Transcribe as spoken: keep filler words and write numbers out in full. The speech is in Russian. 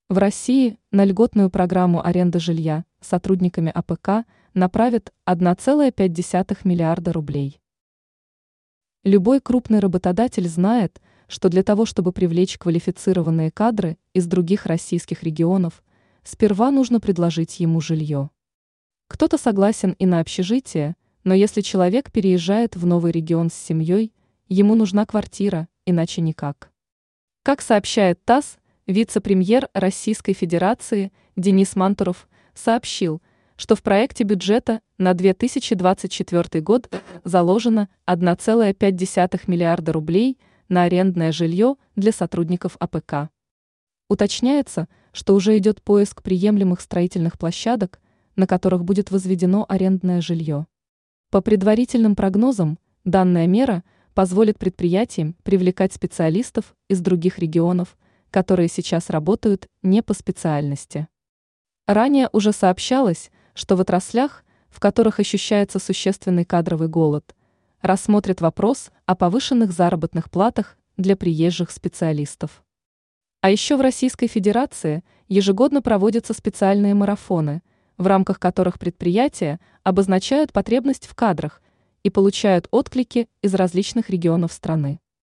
В России на льготную программу аренды жилья сотрудниками А П К направят одна целая пять десятых миллиарда рублей. Любой крупный работодатель знает, что для того, чтобы привлечь квалифицированные кадры из других российских регионов, сперва нужно предложить ему жилье. Кто-то согласен и на общежитие, но если человек переезжает в новый регион с семьей, ему нужна квартира, иначе никак. Как сообщает ТАСС, вице-премьер Российской Федерации Денис Мантуров сообщил, что в проекте бюджета на две тысячи двадцать четвёртый год заложено одна целая пять десятых миллиарда рублей на арендное жилье для сотрудников А П К. Уточняется, что уже идет поиск приемлемых строительных площадок, на которых будет возведено арендное жилье. По предварительным прогнозам, данная мера позволит предприятиям привлекать специалистов из других регионов, которые сейчас работают не по специальности. Ранее уже сообщалось, что в отраслях, в которых ощущается существенный кадровый голод, рассмотрят вопрос о повышенных заработных платах для приезжих специалистов. А еще в Российской Федерации ежегодно проводятся специальные марафоны, в рамках которых предприятия обозначают потребность в кадрах и получают отклики из различных регионов страны.